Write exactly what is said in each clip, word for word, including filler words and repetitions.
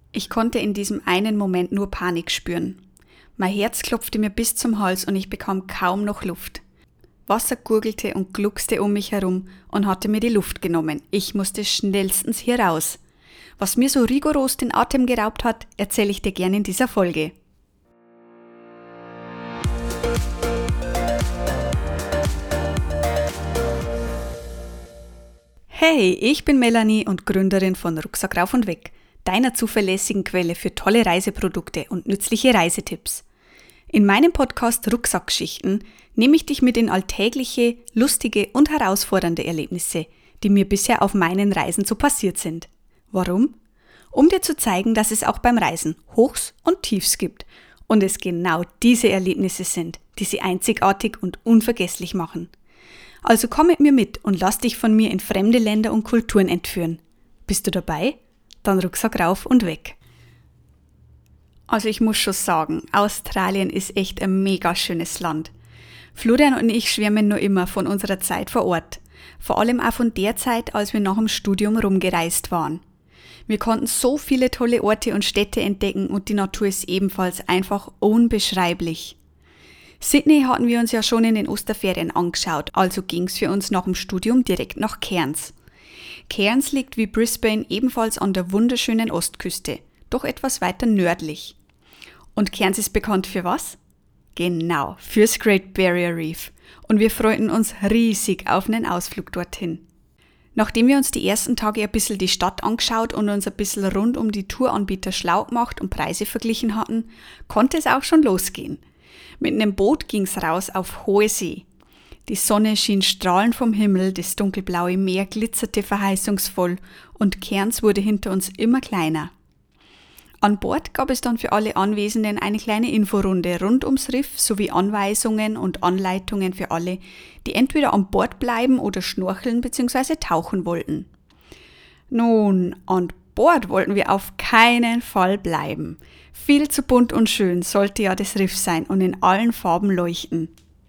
Ich konnte in diesem einen Moment nur Panik spüren. Mein Herz klopfte mir bis zum Hals und ich bekam kaum noch Luft. Wasser gurgelte und gluckste um mich herum und hatte mir die Luft genommen. Ich musste schnellstens hier raus. Was mir so rigoros den Atem geraubt hat, erzähle ich dir gerne in dieser Folge. Hey, ich bin Melanie und Gründerin von Rucksack rauf und weg, deiner zuverlässigen Quelle für tolle Reiseprodukte und nützliche Reisetipps. In meinem Podcast Rucksackgeschichten nehme ich dich mit in alltägliche, lustige und herausfordernde Erlebnisse, die mir bisher auf meinen Reisen so passiert sind. Warum? Um dir zu zeigen, dass es auch beim Reisen Hochs und Tiefs gibt und es genau diese Erlebnisse sind, die sie einzigartig und unvergesslich machen. Also komm mit mir mit und lass dich von mir in fremde Länder und Kulturen entführen. Bist du dabei? Dann Rucksack rauf und weg. Also ich muss schon sagen, Australien ist echt ein mega schönes Land. Florian und ich schwärmen nur immer von unserer Zeit vor Ort. Vor allem auch von der Zeit, als wir nach dem Studium rumgereist waren. Wir konnten so viele tolle Orte und Städte entdecken und die Natur ist ebenfalls einfach unbeschreiblich. Sydney hatten wir uns ja schon in den Osterferien angeschaut, also ging's für uns nach dem Studium direkt nach Cairns. Cairns liegt wie Brisbane ebenfalls an der wunderschönen Ostküste, doch etwas weiter nördlich. Und Cairns ist bekannt für was? Genau, fürs Great Barrier Reef. Und wir freuten uns riesig auf einen Ausflug dorthin. Nachdem wir uns die ersten Tage ein bisschen die Stadt angeschaut und uns ein bisschen rund um die Touranbieter schlau gemacht und Preise verglichen hatten, konnte es auch schon losgehen. Mit einem Boot ging's raus auf hohe See. Die Sonne schien strahlend vom Himmel, das dunkelblaue Meer glitzerte verheißungsvoll und Cairns wurde hinter uns immer kleiner. An Bord gab es dann für alle Anwesenden eine kleine Inforunde rund ums Riff sowie Anweisungen und Anleitungen für alle, die entweder an Bord bleiben oder schnorcheln bzw. tauchen wollten. Nun, an Bord wollten wir auf keinen Fall bleiben. Viel zu bunt und schön sollte ja das Riff sein und in allen Farben leuchten.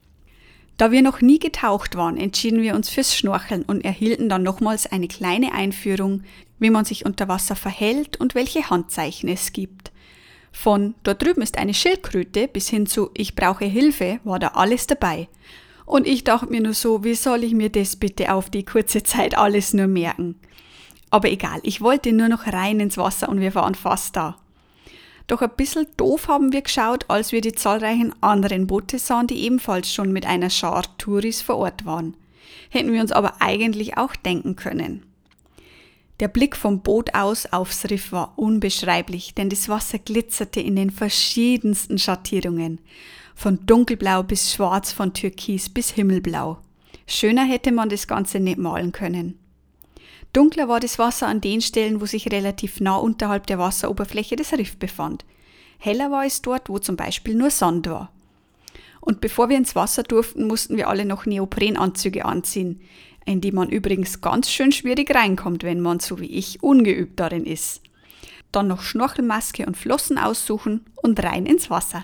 Da wir noch nie getaucht waren, entschieden wir uns fürs Schnorcheln und erhielten dann nochmals eine kleine Einführung, wie man sich unter Wasser verhält und welche Handzeichen es gibt. Von dort drüben ist eine Schildkröte bis hin zu ich brauche Hilfe war da alles dabei. Und ich dachte mir nur so, wie soll ich mir das bitte auf die kurze Zeit alles nur merken? Aber egal, ich wollte nur noch rein ins Wasser und wir waren fast da. Doch ein bisschen doof haben wir geschaut, als wir die zahlreichen anderen Boote sahen, die ebenfalls schon mit einer Schar Touris vor Ort waren. Hätten wir uns aber eigentlich auch denken können. Der Blick vom Boot aus aufs Riff war unbeschreiblich, denn das Wasser glitzerte in den verschiedensten Schattierungen. Von dunkelblau bis schwarz, von türkis bis himmelblau. Schöner hätte man das Ganze nicht malen können. Dunkler war das Wasser an den Stellen, wo sich relativ nah unterhalb der Wasseroberfläche das Riff befand. Heller war es dort, wo zum Beispiel nur Sand war. Und bevor wir ins Wasser durften, mussten wir alle noch Neoprenanzüge anziehen, in die man übrigens ganz schön schwierig reinkommt, wenn man, so wie ich, ungeübt darin ist. Dann noch Schnorchelmaske und Flossen aussuchen und rein ins Wasser.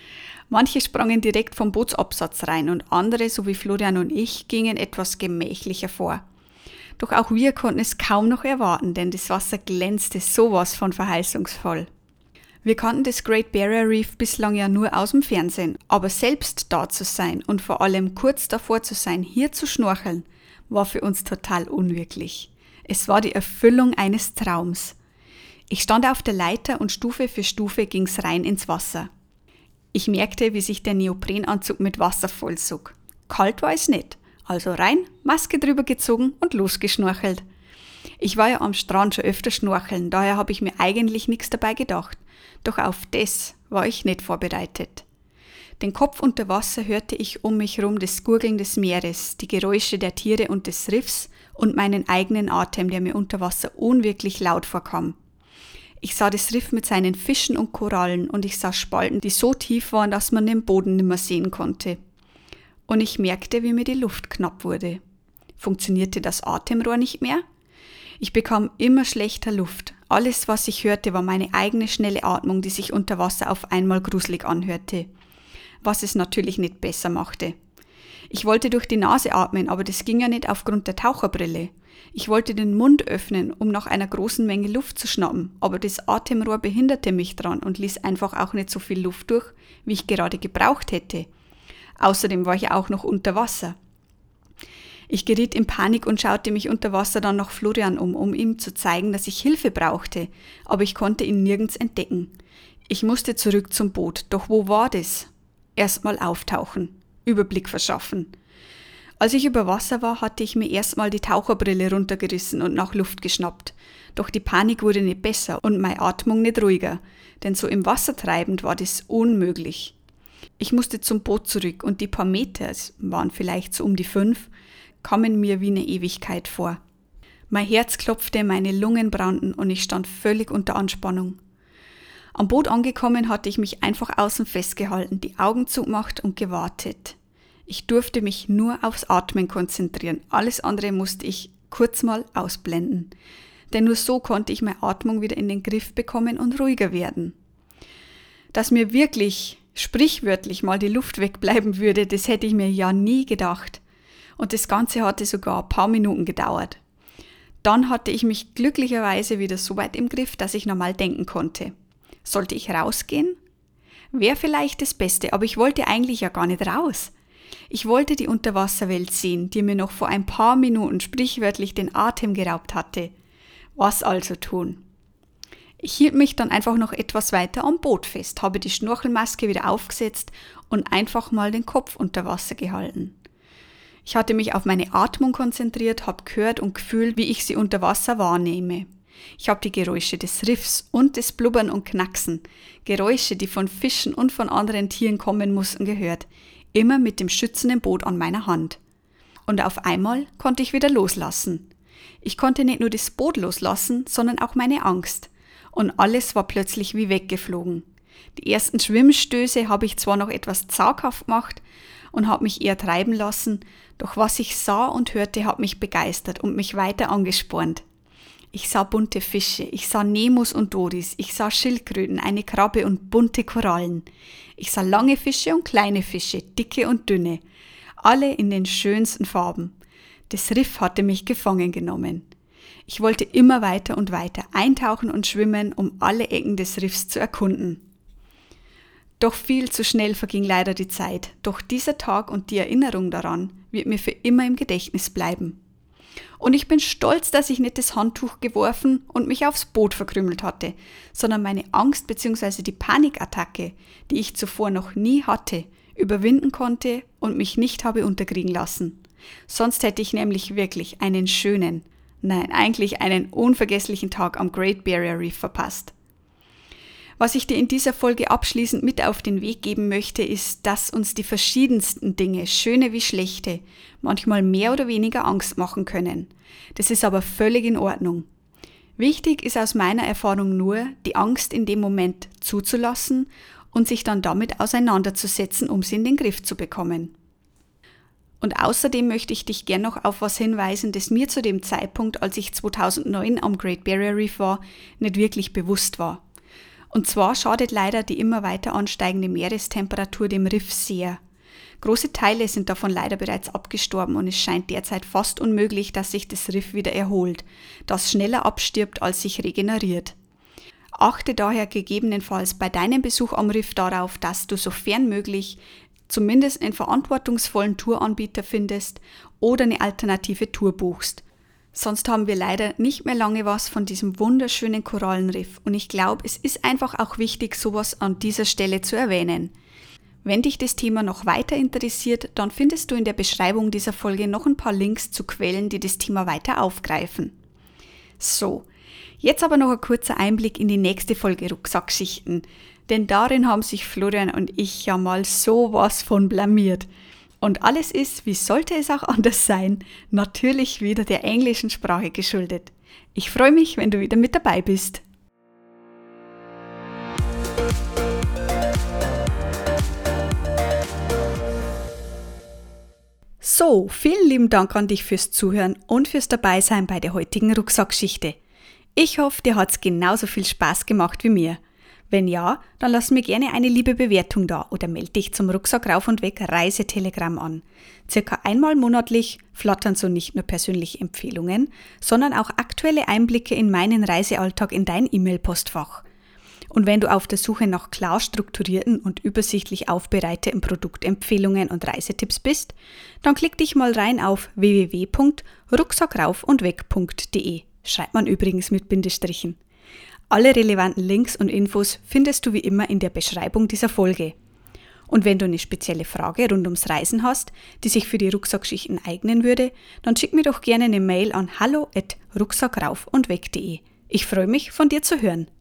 Manche sprangen direkt vom Bootsabsatz rein und andere, so wie Florian und ich, gingen etwas gemächlicher vor. Doch auch wir konnten es kaum noch erwarten, denn das Wasser glänzte sowas von verheißungsvoll. Wir kannten das Great Barrier Reef bislang ja nur aus dem Fernsehen, aber selbst da zu sein und vor allem kurz davor zu sein, hier zu schnorcheln, war für uns total unwirklich. Es war die Erfüllung eines Traums. Ich stand auf der Leiter und Stufe für Stufe ging's rein ins Wasser. Ich merkte, wie sich der Neoprenanzug mit Wasser vollsog. Kalt war es nicht. Also rein, Maske drüber gezogen und losgeschnorchelt. Ich war ja am Strand schon öfter schnorcheln, daher habe ich mir eigentlich nichts dabei gedacht. Doch auf das war ich nicht vorbereitet. Den Kopf unter Wasser hörte ich um mich herum das Gurgeln des Meeres, die Geräusche der Tiere und des Riffs und meinen eigenen Atem, der mir unter Wasser unwirklich laut vorkam. Ich sah das Riff mit seinen Fischen und Korallen und ich sah Spalten, die so tief waren, dass man den Boden nimmer sehen konnte. Und ich merkte, wie mir die Luft knapp wurde. Funktionierte das Atemrohr nicht mehr? Ich bekam immer schlechter Luft. Alles, was ich hörte, war meine eigene schnelle Atmung, die sich unter Wasser auf einmal gruselig anhörte. Was es natürlich nicht besser machte. Ich wollte durch die Nase atmen, aber das ging ja nicht aufgrund der Taucherbrille. Ich wollte den Mund öffnen, um nach einer großen Menge Luft zu schnappen, aber das Atemrohr behinderte mich dran und ließ einfach auch nicht so viel Luft durch, wie ich gerade gebraucht hätte. Außerdem war ich auch noch unter Wasser. Ich geriet in Panik und schaute mich unter Wasser dann nach Florian um, um ihm zu zeigen, dass ich Hilfe brauchte, aber ich konnte ihn nirgends entdecken. Ich musste zurück zum Boot, doch wo war das? Erstmal auftauchen, Überblick verschaffen. Als ich über Wasser war, hatte ich mir erstmal die Taucherbrille runtergerissen und nach Luft geschnappt. Doch die Panik wurde nicht besser und meine Atmung nicht ruhiger, denn so im Wasser treibend war das unmöglich. Ich musste zum Boot zurück und die paar Meter, es waren vielleicht so um die fünf, kamen mir wie eine Ewigkeit vor. Mein Herz klopfte, meine Lungen brannten und ich stand völlig unter Anspannung. Am Boot angekommen hatte ich mich einfach außen festgehalten, die Augen zugemacht und gewartet. Ich durfte mich nur aufs Atmen konzentrieren, alles andere musste ich kurz mal ausblenden. Denn nur so konnte ich meine Atmung wieder in den Griff bekommen und ruhiger werden. Dass mir wirklich, sprichwörtlich mal die Luft wegbleiben würde, das hätte ich mir ja nie gedacht. Und das Ganze hatte sogar ein paar Minuten gedauert. Dann hatte ich mich glücklicherweise wieder so weit im Griff, dass ich normal denken konnte. Sollte ich rausgehen? Wäre vielleicht das Beste, aber ich wollte eigentlich ja gar nicht raus. Ich wollte die Unterwasserwelt sehen, die mir noch vor ein paar Minuten sprichwörtlich den Atem geraubt hatte. Was also tun? Ich hielt mich dann einfach noch etwas weiter am Boot fest, habe die Schnorchelmaske wieder aufgesetzt und einfach mal den Kopf unter Wasser gehalten. Ich hatte mich auf meine Atmung konzentriert, habe gehört und gefühlt, wie ich sie unter Wasser wahrnehme. Ich habe die Geräusche des Riffs und des Blubbern und Knacksen, Geräusche, die von Fischen und von anderen Tieren kommen mussten, gehört, immer mit dem schützenden Boot an meiner Hand. Und auf einmal konnte ich wieder loslassen. Ich konnte nicht nur das Boot loslassen, sondern auch meine Angst. Und alles war plötzlich wie weggeflogen. Die ersten Schwimmstöße habe ich zwar noch etwas zaghaft gemacht und habe mich eher treiben lassen, doch was ich sah und hörte, hat mich begeistert und mich weiter angespornt. Ich sah bunte Fische, ich sah Nemos und Doris, ich sah Schildkröten, eine Krabbe und bunte Korallen. Ich sah lange Fische und kleine Fische, dicke und dünne, alle in den schönsten Farben. Das Riff hatte mich gefangen genommen. Ich wollte immer weiter und weiter eintauchen und schwimmen, um alle Ecken des Riffs zu erkunden. Doch viel zu schnell verging leider die Zeit, doch dieser Tag und die Erinnerung daran wird mir für immer im Gedächtnis bleiben. Und ich bin stolz, dass ich nicht das Handtuch geworfen und mich aufs Boot verkrümelt hatte, sondern meine Angst bzw. die Panikattacke, die ich zuvor noch nie hatte, überwinden konnte und mich nicht habe unterkriegen lassen. Sonst hätte ich nämlich wirklich einen schönen, nein, eigentlich einen unvergesslichen Tag am Great Barrier Reef verpasst. Was ich dir in dieser Folge abschließend mit auf den Weg geben möchte, ist, dass uns die verschiedensten Dinge, schöne wie schlechte, manchmal mehr oder weniger Angst machen können. Das ist aber völlig in Ordnung. Wichtig ist aus meiner Erfahrung nur, die Angst in dem Moment zuzulassen und sich dann damit auseinanderzusetzen, um sie in den Griff zu bekommen. Und außerdem möchte ich dich gern noch auf was hinweisen, das mir zu dem Zeitpunkt, als ich zweitausendneun am Great Barrier Reef war, nicht wirklich bewusst war. Und zwar schadet leider die immer weiter ansteigende Meerestemperatur dem Riff sehr. Große Teile sind davon leider bereits abgestorben und es scheint derzeit fast unmöglich, dass sich das Riff wieder erholt, das schneller abstirbt, als sich regeneriert. Achte daher gegebenenfalls bei deinem Besuch am Riff darauf, dass du sofern möglich zumindest einen verantwortungsvollen Touranbieter findest oder eine alternative Tour buchst. Sonst haben wir leider nicht mehr lange was von diesem wunderschönen Korallenriff und ich glaube, es ist einfach auch wichtig, sowas an dieser Stelle zu erwähnen. Wenn dich das Thema noch weiter interessiert, dann findest du in der Beschreibung dieser Folge noch ein paar Links zu Quellen, die das Thema weiter aufgreifen. So, jetzt aber noch ein kurzer Einblick in die nächste Folge Rucksackgeschichten, denn darin haben sich Florian und ich ja mal sowas von blamiert. Und alles ist, wie sollte es auch anders sein, natürlich wieder der englischen Sprache geschuldet. Ich freue mich, wenn du wieder mit dabei bist. So, vielen lieben Dank an dich fürs Zuhören und fürs Dabeisein bei der heutigen Rucksackgeschichte. Ich hoffe, dir hat's genauso viel Spaß gemacht wie mir. Wenn ja, dann lass mir gerne eine liebe Bewertung da oder melde dich zum Rucksack rauf und weg Reisetelegramm an. Circa einmal monatlich flattern so nicht nur persönliche Empfehlungen, sondern auch aktuelle Einblicke in meinen Reisealltag in dein E-Mail-Postfach. Und wenn du auf der Suche nach klar strukturierten und übersichtlich aufbereiteten Produktempfehlungen und Reisetipps bist, dann klick dich mal rein auf w w w punkt rucksackraufundweg punkt d e. Schreibt man übrigens mit Bindestrichen. Alle relevanten Links und Infos findest du wie immer in der Beschreibung dieser Folge. Und wenn du eine spezielle Frage rund ums Reisen hast, die sich für die Rucksackschichten eignen würde, dann schick mir doch gerne eine Mail an hallo at rucksackraufundweg punkt d e. Ich freue mich, von dir zu hören.